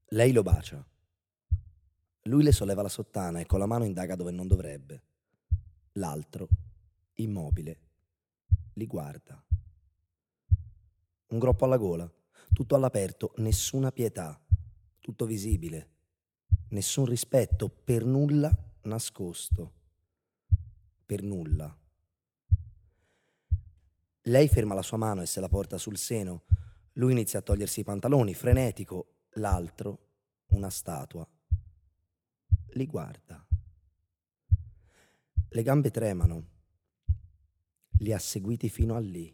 Lei lo bacia. Lui le solleva la sottana e con la mano indaga dove non dovrebbe. L'altro, immobile, li guarda. Un groppo alla gola, tutto all'aperto, nessuna pietà, tutto visibile, nessun rispetto, per nulla nascosto, per nulla. Lei ferma la sua mano e se la porta sul seno. Lui inizia a togliersi i pantaloni, frenetico. L'altro, una statua, li guarda. Le gambe tremano. Li ha seguiti fino a lì.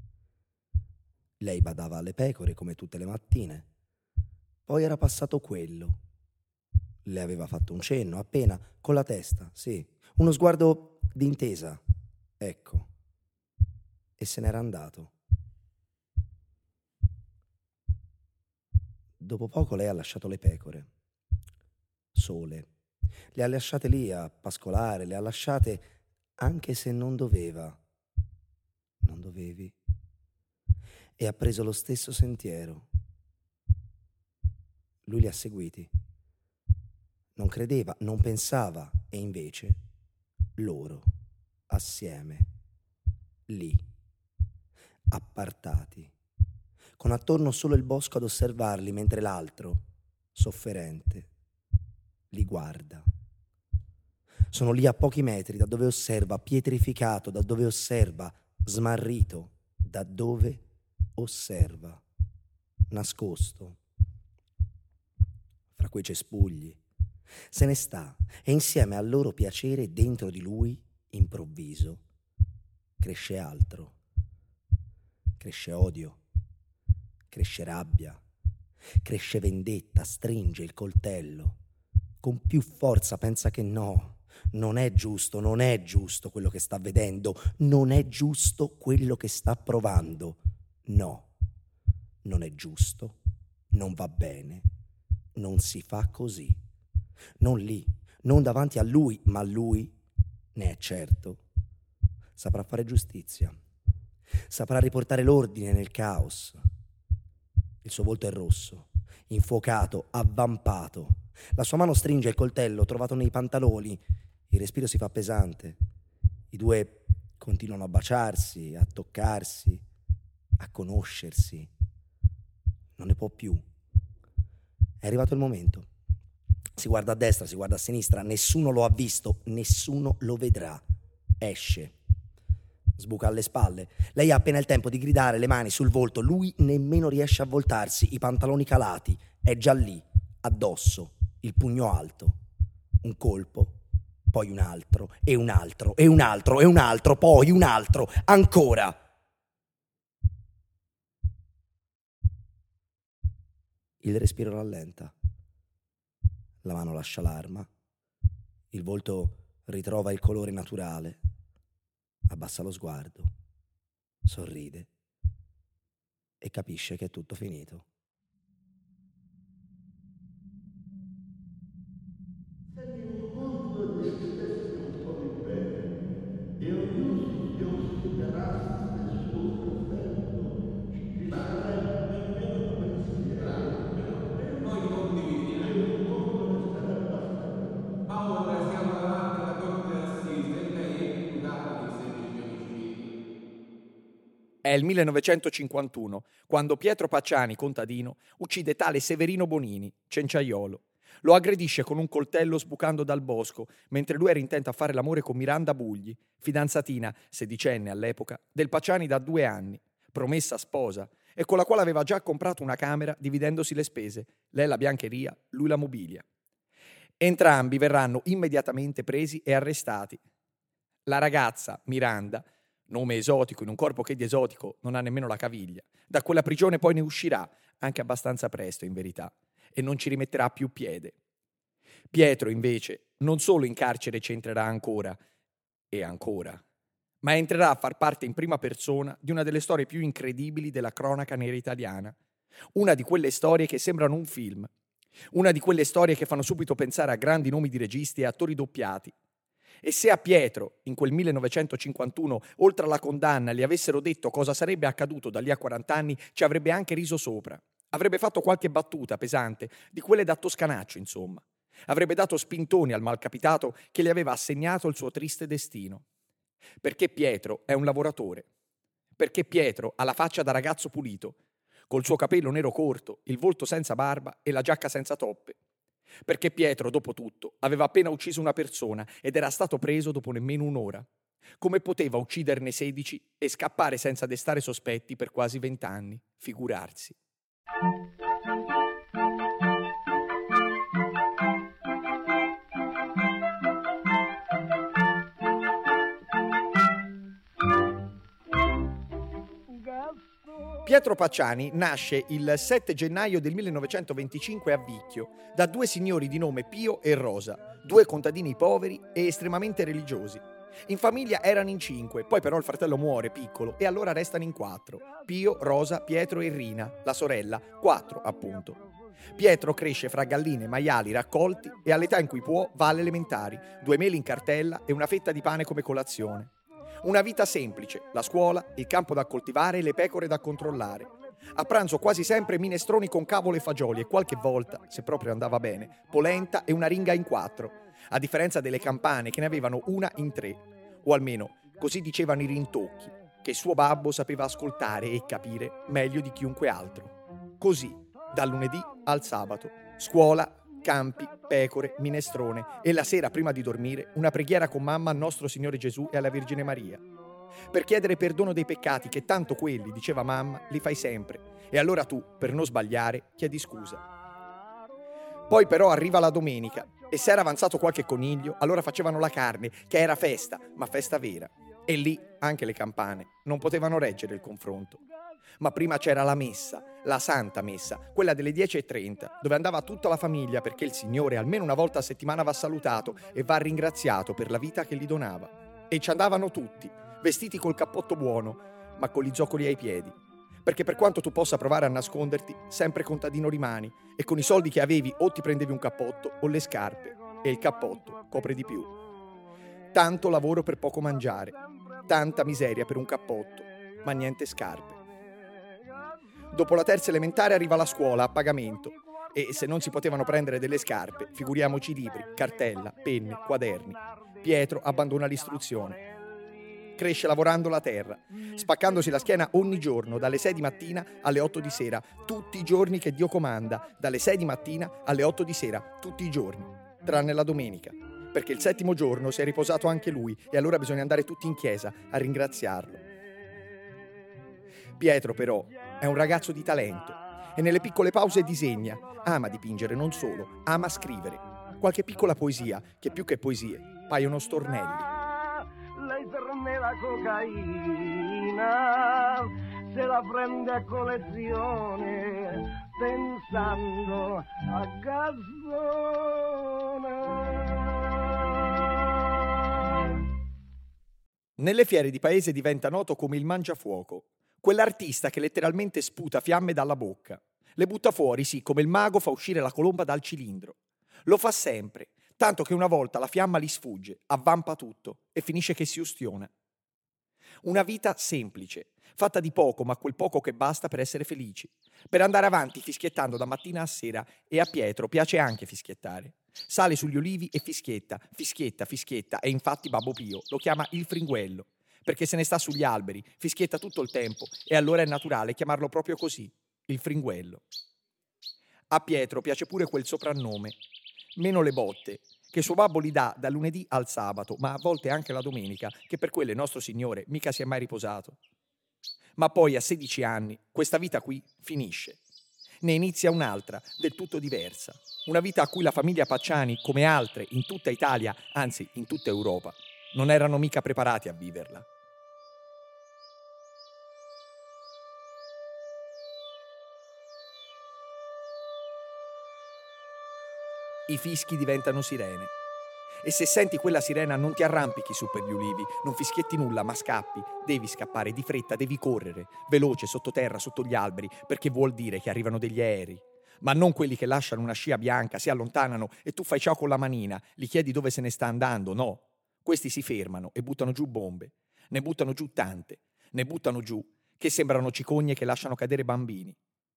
Lei badava alle pecore come tutte le mattine. Poi era passato quello. Le aveva fatto un cenno, appena, con la testa, sì. Uno sguardo d'intesa. Ecco. E se n'era andato. Dopo poco lei ha lasciato le pecore. Sole. Le ha lasciate lì a pascolare, le ha lasciate anche se non doveva. Non dovevi. E ha preso lo stesso sentiero. Lui li ha seguiti. Non credeva, non pensava, e invece loro, assieme, lì, appartati, con attorno solo il bosco ad osservarli, mentre l'altro, sofferente, li guarda. Sono lì a pochi metri da dove osserva, pietrificato, da dove osserva, smarrito, da dove osserva, nascosto, fra quei cespugli. Se ne sta e insieme al loro piacere dentro di lui, improvviso, cresce altro. Cresce odio, cresce rabbia, cresce vendetta, stringe il coltello. Con più forza pensa che no, non è giusto quello che sta vedendo, non è giusto quello che sta provando. No, non è giusto, non va bene, non si fa così. Non lì, non davanti a lui, ma lui, ne è certo, saprà fare giustizia, saprà riportare l'ordine nel caos. Il suo volto è rosso, infuocato, avvampato. La sua mano stringe il coltello trovato nei pantaloni. Il respiro si fa pesante. I due continuano a baciarsi, a toccarsi, a conoscersi. Non ne può più. È arrivato il momento. Si guarda a destra, si guarda a sinistra, nessuno lo ha visto, nessuno lo vedrà. Esce. Sbuca alle spalle. Lei ha appena il tempo di gridare, le mani sul volto. Lui nemmeno riesce a voltarsi, i pantaloni calati. È già lì, addosso, il pugno alto. Un colpo, poi un altro, e un altro, e un altro, e un altro, poi un altro, ancora. Il respiro rallenta. La mano lascia l'arma. Il volto ritrova il colore naturale. Abbassa lo sguardo, sorride e capisce che è tutto finito. Noi condividiamo. Ma ora siamo davanti alla corte d'assise e lei è imputata di 16 omicidi. È il 1951, quando Pietro Pacciani, contadino, uccide tale Severino Bonini, cenciaiolo. Lo aggredisce con un coltello sbucando dal bosco, mentre lui era intento a fare l'amore con Miranda Bugli, fidanzatina, sedicenne all'epoca, del Pacciani da 2 anni, promessa sposa, e con la quale aveva già comprato una camera dividendosi le spese, lei la biancheria, lui la mobilia. Entrambi verranno immediatamente presi e arrestati. La ragazza, Miranda, nome esotico in un corpo che di esotico non ha nemmeno la caviglia, da quella prigione poi ne uscirà, anche abbastanza presto in verità, e non ci rimetterà più piede. Pietro, invece, non solo in carcere ci entrerà ancora, e ancora, ma entrerà a far parte in prima persona di una delle storie più incredibili della cronaca nera italiana. Una di quelle storie che sembrano un film. Una di quelle storie che fanno subito pensare a grandi nomi di registi e attori doppiati. E se a Pietro, in quel 1951, oltre alla condanna, gli avessero detto cosa sarebbe accaduto da lì a 40 anni, ci avrebbe anche riso sopra. Avrebbe fatto qualche battuta pesante, di quelle da toscanaccio, insomma. Avrebbe dato spintoni al malcapitato che gli aveva assegnato il suo triste destino. Perché Pietro è un lavoratore. Perché Pietro ha la faccia da ragazzo pulito, col suo capello nero corto, il volto senza barba e la giacca senza toppe. Perché Pietro, dopo tutto, aveva appena ucciso una persona ed era stato preso dopo nemmeno un'ora. Come poteva ucciderne 16 e scappare senza destare sospetti per quasi 20 anni? Figurarsi. Pietro Pacciani nasce il 7 gennaio del 1925 a Vicchio da due signori di nome Pio e Rosa, due contadini poveri e estremamente religiosi. In famiglia erano in 5, poi però il fratello muore piccolo e allora restano in 4. Pio, Rosa, Pietro e Rina, la sorella, 4 appunto. Pietro cresce fra galline, maiali, raccolti e all'età in cui può va alle elementari, 2 meli in cartella e una fetta di pane come colazione. Una vita semplice, la scuola, il campo da coltivare e le pecore da controllare. A pranzo quasi sempre minestroni con cavolo e fagioli e qualche volta, se proprio andava bene, polenta e una ringa in 4, a differenza delle campane che ne avevano una in 3, o almeno così dicevano i rintocchi, che suo babbo sapeva ascoltare e capire meglio di chiunque altro. Così, dal lunedì al sabato, scuola, campi, pecore, minestrone e la sera prima di dormire una preghiera con mamma al nostro Signore Gesù e alla Vergine Maria. Per chiedere perdono dei peccati che tanto quelli, diceva mamma, li fai sempre e allora tu, per non sbagliare, chiedi scusa. Poi però arriva la domenica e se era avanzato qualche coniglio, allora facevano la carne, che era festa, ma festa vera. E lì anche le campane non potevano reggere il confronto. Ma prima c'era la messa, la santa messa, quella delle 10:30, dove andava tutta la famiglia perché il Signore almeno una volta a settimana va salutato e va ringraziato per la vita che gli donava. E ci andavano tutti, vestiti col cappotto buono, ma con gli zoccoli ai piedi. Perché per quanto tu possa provare a nasconderti, sempre contadino rimani e con i soldi che avevi o ti prendevi un cappotto o le scarpe e il cappotto copre di più. Tanto lavoro per poco mangiare, tanta miseria per un cappotto, ma niente scarpe. Dopo la terza elementare arriva la scuola a pagamento e se non si potevano prendere delle scarpe, figuriamoci libri, cartella, penne, quaderni. Pietro abbandona l'istruzione. Cresce lavorando la terra, spaccandosi la schiena ogni giorno, dalle 6 di mattina alle 8 di sera, tutti i giorni che Dio comanda, dalle 6 di mattina alle 8 di sera, tutti i giorni, tranne la domenica, perché il 7° giorno si è riposato anche lui e allora bisogna andare tutti in chiesa a ringraziarlo. Pietro però è un ragazzo di talento e nelle piccole pause disegna, ama dipingere non solo, ama scrivere. Qualche piccola poesia che più che poesie paiono stornelli. Lei per me la cocaina se la prende a collezione pensando a Gazzone. Nelle fiere di paese diventa noto come il mangiafuoco, quell'artista che letteralmente sputa fiamme dalla bocca. Le butta fuori, sì, come il mago fa uscire la colomba dal cilindro. Lo fa sempre, tanto che una volta la fiamma gli sfugge, avvampa tutto e finisce che si ustiona. Una vita semplice, fatta di poco, ma quel poco che basta per essere felici, per andare avanti fischiettando da mattina a sera, e a Pietro piace anche fischiettare. Sale sugli olivi e fischietta, fischietta, fischietta, e infatti Babbo Pio lo chiama il fringuello, perché se ne sta sugli alberi, fischietta tutto il tempo, e allora è naturale chiamarlo proprio così, il fringuello. A Pietro piace pure quel soprannome, meno le botte, che suo babbo gli dà da lunedì al sabato, ma a volte anche la domenica, che per quelle nostro Signore mica si è mai riposato. Ma poi a 16 anni questa vita qui finisce. Ne inizia un'altra, del tutto diversa. Una vita a cui la famiglia Pacciani, come altre in tutta Italia, anzi in tutta Europa, non erano mica preparati a viverla. I fischi diventano sirene. E se senti quella sirena non ti arrampichi su per gli ulivi, non fischietti nulla, ma scappi. Devi scappare di fretta, devi correre, veloce, sottoterra, sotto gli alberi, perché vuol dire che arrivano degli aerei. Ma non quelli che lasciano una scia bianca, si allontanano e tu fai ciao con la manina, gli chiedi dove se ne sta andando, no. Questi si fermano e buttano giù bombe. Ne buttano giù tante, ne buttano giù, che sembrano cicogne che lasciano cadere bambini.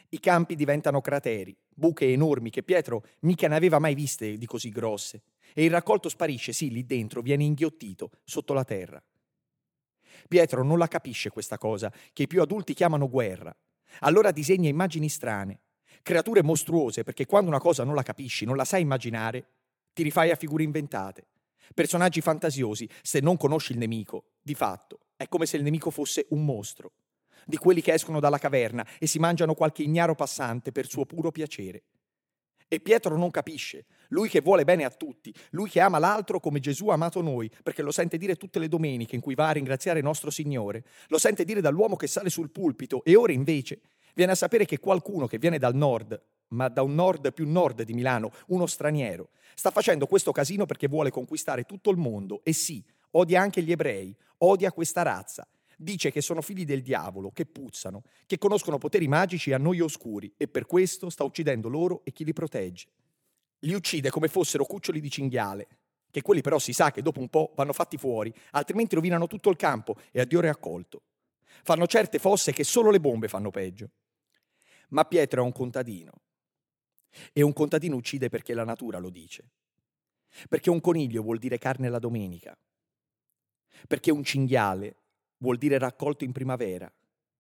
I campi diventano crateri, buche enormi che Pietro mica ne aveva mai viste di così grosse, e il raccolto sparisce, sì, lì dentro, viene inghiottito sotto la terra. Pietro non la capisce questa cosa, che i più adulti chiamano guerra. Allora disegna immagini strane, creature mostruose, perché quando una cosa non la capisci, non la sai immaginare, ti rifai a figure inventate. Personaggi fantasiosi, se non conosci il nemico, di fatto, è come se il nemico fosse un mostro, di quelli che escono dalla caverna e si mangiano qualche ignaro passante per suo puro piacere. E Pietro non capisce, lui che vuole bene a tutti, lui che ama l'altro come Gesù ha amato noi, perché lo sente dire tutte le domeniche in cui va a ringraziare nostro Signore, lo sente dire dall'uomo che sale sul pulpito e ora invece viene a sapere che qualcuno che viene dal nord, ma da un nord più nord di Milano, uno straniero, sta facendo questo casino perché vuole conquistare tutto il mondo e sì, odia anche gli ebrei, odia questa razza. Dice che sono figli del diavolo, che puzzano, che conoscono poteri magici a noi oscuri e per questo sta uccidendo loro e chi li protegge. Li uccide come fossero cuccioli di cinghiale, che quelli però si sa che dopo un po' vanno fatti fuori, altrimenti rovinano tutto il campo e addio raccolto. Fanno certe fosse che solo le bombe fanno peggio. Ma Pietro è un contadino. E un contadino uccide perché la natura lo dice. Perché un coniglio vuol dire carne la domenica. Perché un cinghiale vuol dire raccolto in primavera.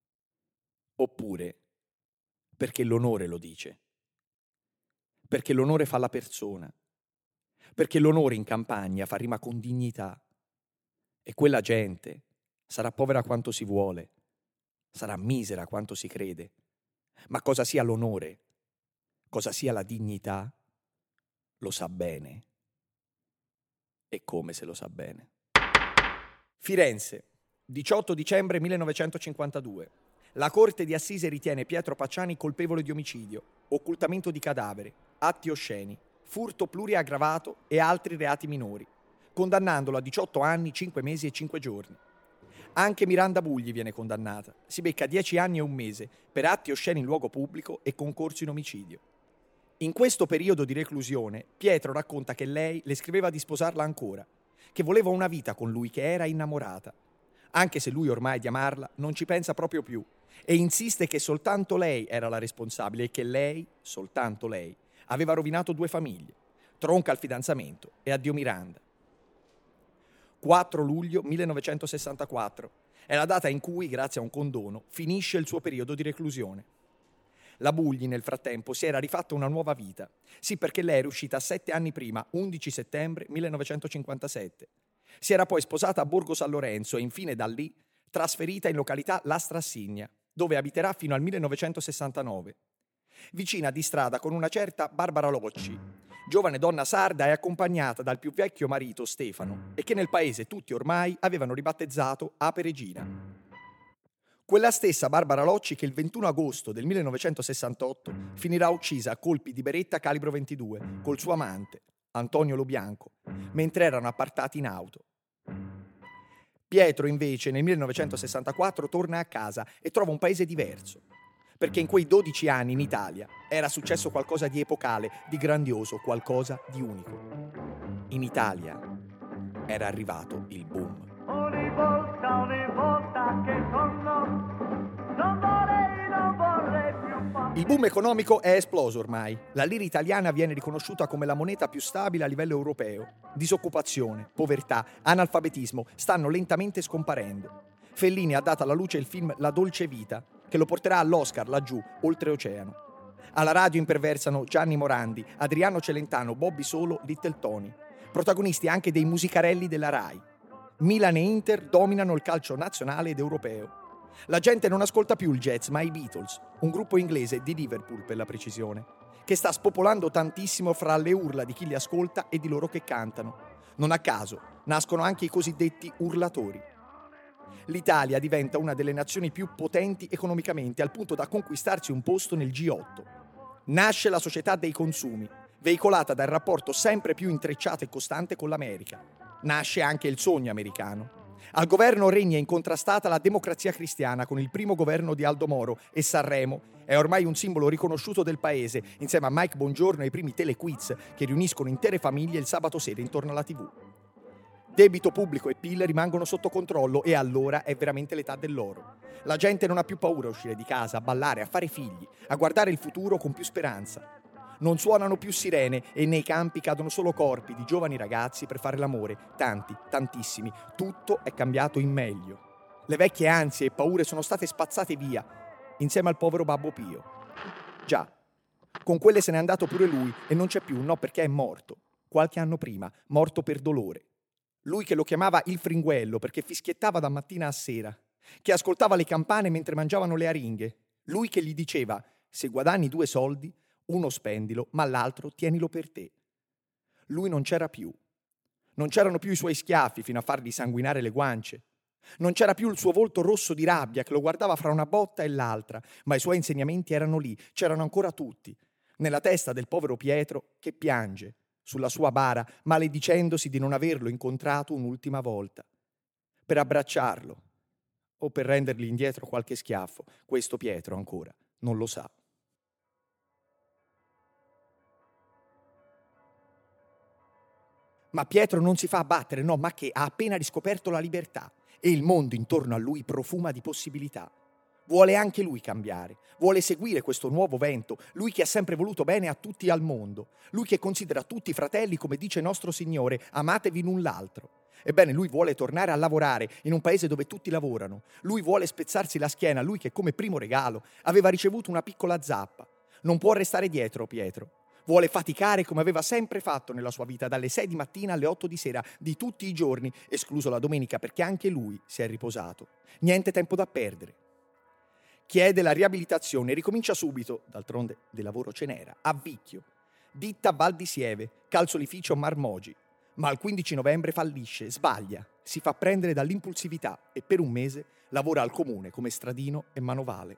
Oppure perché l'onore lo dice. Perché l'onore fa la persona. Perché l'onore in campagna fa rima con dignità. E quella gente sarà povera quanto si vuole, sarà misera quanto si crede. Ma cosa sia l'onore, cosa sia la dignità, lo sa bene. E come se lo sa bene. Firenze, 18 dicembre 1952. La Corte di Assise ritiene Pietro Pacciani colpevole di omicidio, occultamento di cadavere, atti osceni, furto pluriaggravato e altri reati minori, condannandolo a 18 anni, 5 mesi e 5 giorni. Anche Miranda Bugli viene condannata. Si becca 10 anni e un mese per atti osceni in luogo pubblico e concorso in omicidio. In questo periodo di reclusione, Pietro racconta che lei le scriveva di sposarla ancora, che voleva una vita con lui, che era innamorata. Anche se lui ormai di amarla non ci pensa proprio più e insiste che soltanto lei era la responsabile e che lei, soltanto lei, aveva rovinato 2 famiglie. Tronca il fidanzamento e addio Miranda. 4 luglio 1964 è la data in cui, grazie a un condono, finisce il suo periodo di reclusione. La Bugli, nel frattempo, si era rifatta una nuova vita. Sì, perché lei era uscita 7 anni prima, 11 settembre 1957. Si era poi sposata a Borgo San Lorenzo e infine da lì trasferita in località La Strassigna, dove abiterà fino al 1969. Vicina di strada con una certa Barbara Locci, giovane donna sarda e accompagnata dal più vecchio marito Stefano, e che nel paese tutti ormai avevano ribattezzato Ape Regina. Quella stessa Barbara Locci che il 21 agosto del 1968 finirà uccisa a colpi di beretta calibro 22 col suo amante, Antonio Lobianco, mentre erano appartati in auto. Pietro invece nel 1964 torna a casa e trova un paese diverso, perché in quei 12 anni in Italia era successo qualcosa di epocale, di grandioso, qualcosa di unico. In Italia era arrivato il boom. Ogni volta che torno, non vorrei più fare. Il boom economico è esploso ormai. La lira italiana viene riconosciuta come la moneta più stabile a livello europeo. Disoccupazione, povertà, analfabetismo stanno lentamente scomparendo. Fellini ha dato alla luce il film La dolce vita, che lo porterà all'Oscar laggiù, oltreoceano. Alla radio imperversano Gianni Morandi, Adriano Celentano, Bobby Solo, Little Tony. Protagonisti anche dei musicarelli della Rai. Milan e Inter dominano il calcio nazionale ed europeo. La gente non ascolta più il jazz, ma i Beatles, un gruppo inglese di Liverpool per la precisione, che sta spopolando tantissimo fra le urla di chi li ascolta e di loro che cantano. Non a caso nascono anche i cosiddetti urlatori. L'Italia diventa una delle nazioni più potenti economicamente, al punto da conquistarsi un posto nel G8. Nasce la società dei consumi, veicolata dal rapporto sempre più intrecciato e costante con l'America. Nasce anche il sogno americano. Al governo regna incontrastata la democrazia cristiana con il primo governo di Aldo Moro e Sanremo è ormai un simbolo riconosciuto del paese, insieme a Mike Bongiorno e i primi telequiz che riuniscono intere famiglie il sabato sera intorno alla TV. Debito pubblico e PIL rimangono sotto controllo e allora è veramente l'età dell'oro. La gente non ha più paura a uscire di casa, a ballare, a fare figli, a guardare il futuro con più speranza. Non suonano più sirene e nei campi cadono solo corpi di giovani ragazzi per fare l'amore, tanti, tantissimi. Tutto è cambiato in meglio. Le vecchie ansie e paure sono state spazzate via, insieme al povero Babbo Pio. Già, con quelle se n'è andato pure lui e non c'è più, no, perché è morto. Qualche anno prima, morto per dolore. Lui che lo chiamava il fringuello perché fischiettava da mattina a sera, che ascoltava le campane mentre mangiavano le aringhe. Lui che gli diceva: se guadagni 2 soldi, uno spendilo, ma l'altro tienilo per te. Lui non c'era più. Non c'erano più i suoi schiaffi fino a fargli sanguinare le guance. Non c'era più il suo volto rosso di rabbia che lo guardava fra una botta e l'altra, ma i suoi insegnamenti erano lì, c'erano ancora tutti, nella testa del povero Pietro che piange sulla sua bara, maledicendosi di non averlo incontrato un'ultima volta, per abbracciarlo o per rendergli indietro qualche schiaffo. Questo Pietro ancora non lo sa. Ma Pietro non si fa abbattere, no, ma che ha appena riscoperto la libertà e il mondo intorno a lui profuma di possibilità. Vuole anche lui cambiare, vuole seguire questo nuovo vento, lui che ha sempre voluto bene a tutti e al mondo, lui che considera tutti fratelli, come dice nostro Signore, amatevi l'un l'altro. Ebbene, lui vuole tornare a lavorare in un paese dove tutti lavorano, lui vuole spezzarsi la schiena, lui che come primo regalo aveva ricevuto una piccola zappa. Non può restare dietro Pietro. Vuole faticare come aveva sempre fatto nella sua vita, dalle 6 di mattina alle 8 di sera, di tutti i giorni, escluso la domenica, perché anche lui si è riposato. Niente tempo da perdere. Chiede la riabilitazione e ricomincia subito, d'altronde del lavoro ce n'era, a Vicchio, ditta Val di Sieve, calzolificio Marmogi. Ma il 15 novembre fallisce, sbaglia, si fa prendere dall'impulsività e per un mese lavora al comune come stradino e manovale.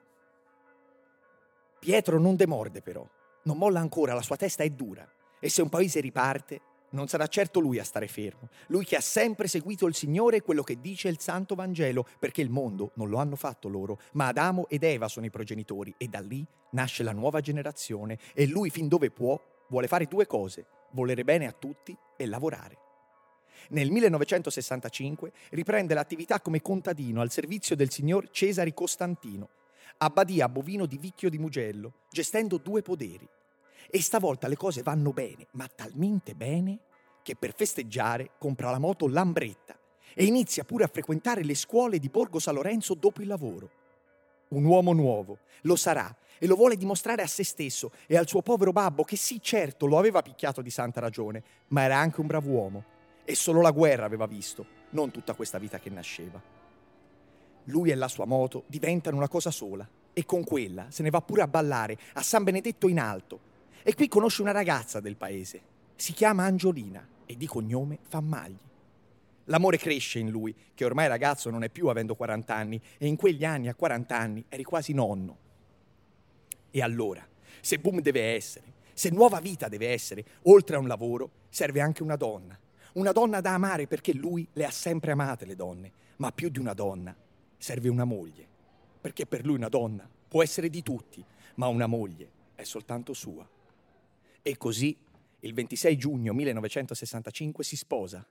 Pietro non demorde però. Non molla ancora, la sua testa è dura. E se un paese riparte, non sarà certo lui a stare fermo. Lui che ha sempre seguito il Signore e quello che dice il Santo Vangelo, perché il mondo non lo hanno fatto loro, ma Adamo ed Eva sono i progenitori e da lì nasce la nuova generazione e lui fin dove può vuole fare 2 cose, volere bene a tutti e lavorare. Nel 1965 riprende l'attività come contadino al servizio del signor Cesare Costantino, abbadia bovino di Vicchio di Mugello, gestendo 2 poderi. E stavolta le cose vanno bene, ma talmente bene che per festeggiare compra la moto Lambretta e inizia pure a frequentare le scuole di Borgo San Lorenzo dopo il lavoro. Un uomo nuovo, lo sarà, e lo vuole dimostrare a se stesso e al suo povero babbo che sì, certo, lo aveva picchiato di santa ragione, ma era anche un bravo uomo e solo la guerra aveva visto, non tutta questa vita che nasceva. Lui e la sua moto diventano una cosa sola e con quella se ne va pure a ballare a San Benedetto in Alto. E qui conosce una ragazza del paese. Si chiama Angiolina e di cognome Fammagli. L'amore cresce in lui, che ormai ragazzo non è più avendo 40 anni, e in quegli anni, a 40 anni, eri quasi nonno. E allora, se boom deve essere, se nuova vita deve essere, oltre a un lavoro, serve anche una donna. Una donna da amare perché lui le ha sempre amate le donne, ma più di una donna serve una moglie, perché per lui una donna può essere di tutti, ma una moglie è soltanto sua. E così, il 26 giugno 1965 si sposa.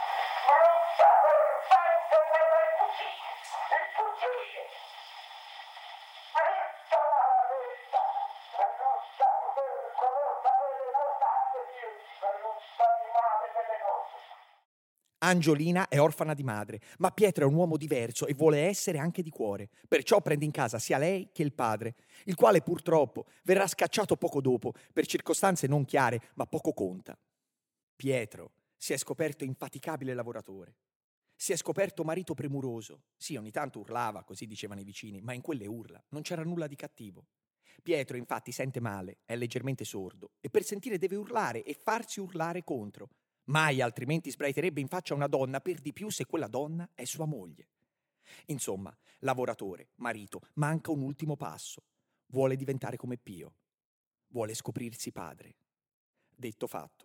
Angiolina è orfana di madre, ma Pietro è un uomo diverso e vuole essere anche di cuore. Perciò prende in casa sia lei che il padre, il quale purtroppo verrà scacciato poco dopo per circostanze non chiare, ma poco conta. Pietro si è scoperto infaticabile lavoratore. Si è scoperto marito premuroso. Sì, ogni tanto urlava, così dicevano i vicini, ma in quelle urla non c'era nulla di cattivo. Pietro infatti sente male, è leggermente sordo e per sentire deve urlare e farsi urlare contro. Mai altrimenti sbraiterebbe in faccia a una donna, per di più se quella donna è sua moglie. Insomma, lavoratore, marito, manca un ultimo passo. Vuole diventare come Pio. Vuole scoprirsi padre. Detto fatto.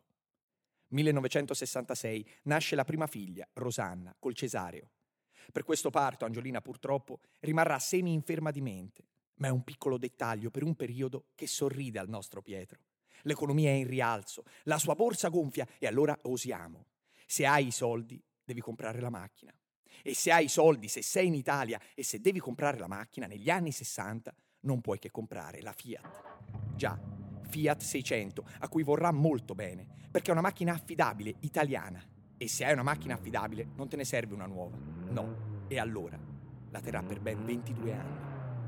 1966 nasce la prima figlia, Rosanna, col cesareo. Per questo parto Angiolina purtroppo rimarrà semi-inferma di mente, ma è un piccolo dettaglio per un periodo che sorride al nostro Pietro. L'economia è in rialzo, la sua borsa gonfia e allora osiamo. Se hai i soldi, devi comprare la macchina. E se hai i soldi, se sei in Italia e se devi comprare la macchina, negli anni 60 non puoi che comprare la Fiat. Già, Fiat 600, a cui vorrà molto bene, perché è una macchina affidabile, italiana. E se hai una macchina affidabile non te ne serve una nuova. No. E allora la terrà per ben 22 anni.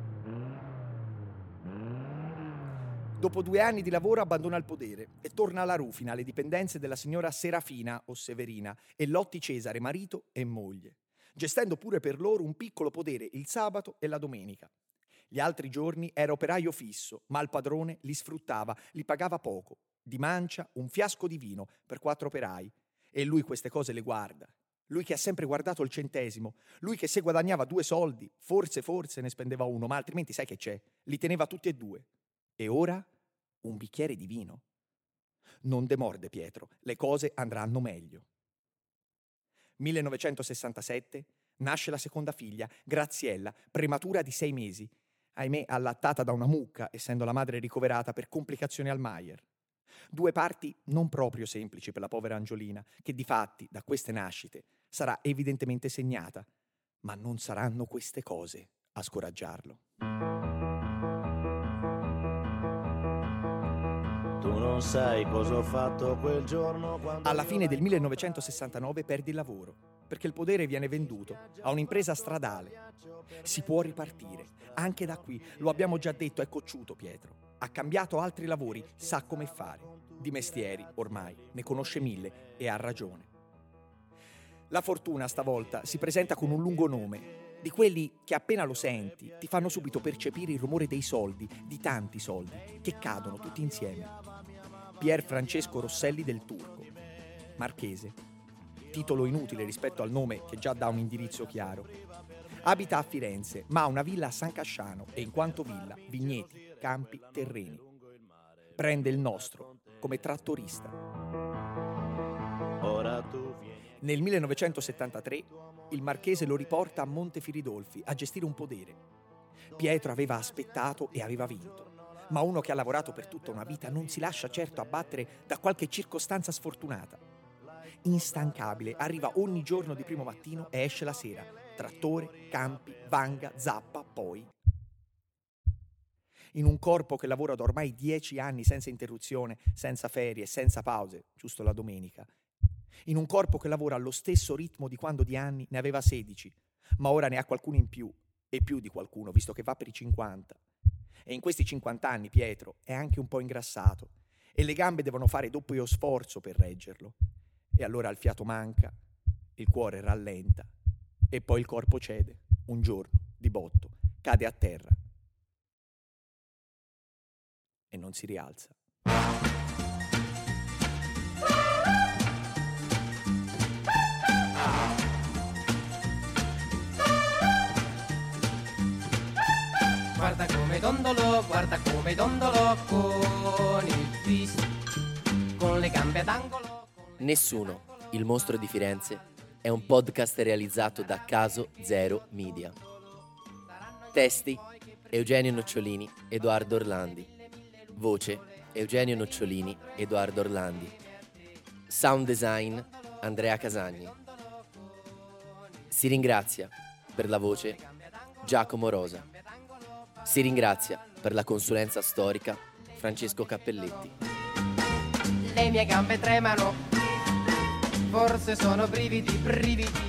Dopo 2 anni di lavoro abbandona il podere e torna alla Rufina, alle dipendenze della signora Serafina o Severina e Lotti Cesare, marito e moglie, gestendo pure per loro un piccolo podere il sabato e la domenica. Gli altri giorni era operaio fisso, ma il padrone li sfruttava, li pagava poco. Di mancia un fiasco di vino per 4 operai. E lui queste cose le guarda. Lui che ha sempre guardato il centesimo. Lui che se guadagnava 2 soldi, forse ne spendeva uno, ma altrimenti sai che c'è? Li teneva tutti e 2. E ora un bicchiere di vino. Non demorde Pietro, le cose andranno meglio. 1967 nasce la seconda figlia, Graziella, prematura di 6 mesi. Ahimè, allattata da una mucca, essendo la madre ricoverata per complicazioni al Mayer. 2 parti non proprio semplici per la povera Angiolina, che difatti, da queste nascite, sarà evidentemente segnata. Ma non saranno queste cose a scoraggiarlo. Tu non sai cosa ho fatto quel giorno quando... Alla fine del 1969 perdi il lavoro, perché il podere viene venduto a un'impresa stradale. Si può ripartire, anche da qui, lo abbiamo già detto, è cocciuto Pietro. Ha cambiato altri lavori, sa come fare. Di mestieri, ormai, ne conosce 1000 e ha ragione. La fortuna stavolta si presenta con un lungo nome, di quelli che appena lo senti ti fanno subito percepire il rumore dei soldi, di tanti soldi, che cadono tutti insieme. Pier Francesco Rosselli del Turco, marchese, titolo inutile rispetto al nome che già dà un indirizzo chiaro. Abita a Firenze, ma ha una villa a San Casciano e in quanto villa, vigneti, campi, terreni. Prende il nostro come trattorista. Ora tu vieni. Nel 1973 il marchese lo riporta a Montefiridolfi a gestire un podere. Pietro aveva aspettato e aveva vinto, ma uno che ha lavorato per tutta una vita non si lascia certo abbattere da qualche circostanza sfortunata. Instancabile, arriva ogni giorno di primo mattino e esce la sera. Trattore, campi, vanga, zappa, poi... In un corpo che lavora da ormai 10 anni senza interruzione, senza ferie, senza pause, giusto la domenica. In un corpo che lavora allo stesso ritmo di quando di anni ne aveva 16, ma ora ne ha qualcuno in più, e più di qualcuno, visto che va per i 50. E in questi 50 anni Pietro è anche un po' ingrassato, e le gambe devono fare doppio sforzo per reggerlo. E allora il fiato manca, il cuore rallenta, e poi il corpo cede, un giorno, di botto, cade a terra. E non si rialza. Guarda come dondolo con il twist, con le gambe ad angolo. Nessuno, il mostro di Firenze, è un podcast realizzato da Caso Zero Media. Testi: Eugenio Nocciolini, Edoardo Orlandi. Voce: Eugenio Nocciolini, Edoardo Orlandi. Sound design: Andrea Casagni. Si ringrazia per la voce Giacomo Rosa. Si ringrazia per la consulenza storica Francesco Cappelletti. Le mie gambe tremano, forse sono brividi.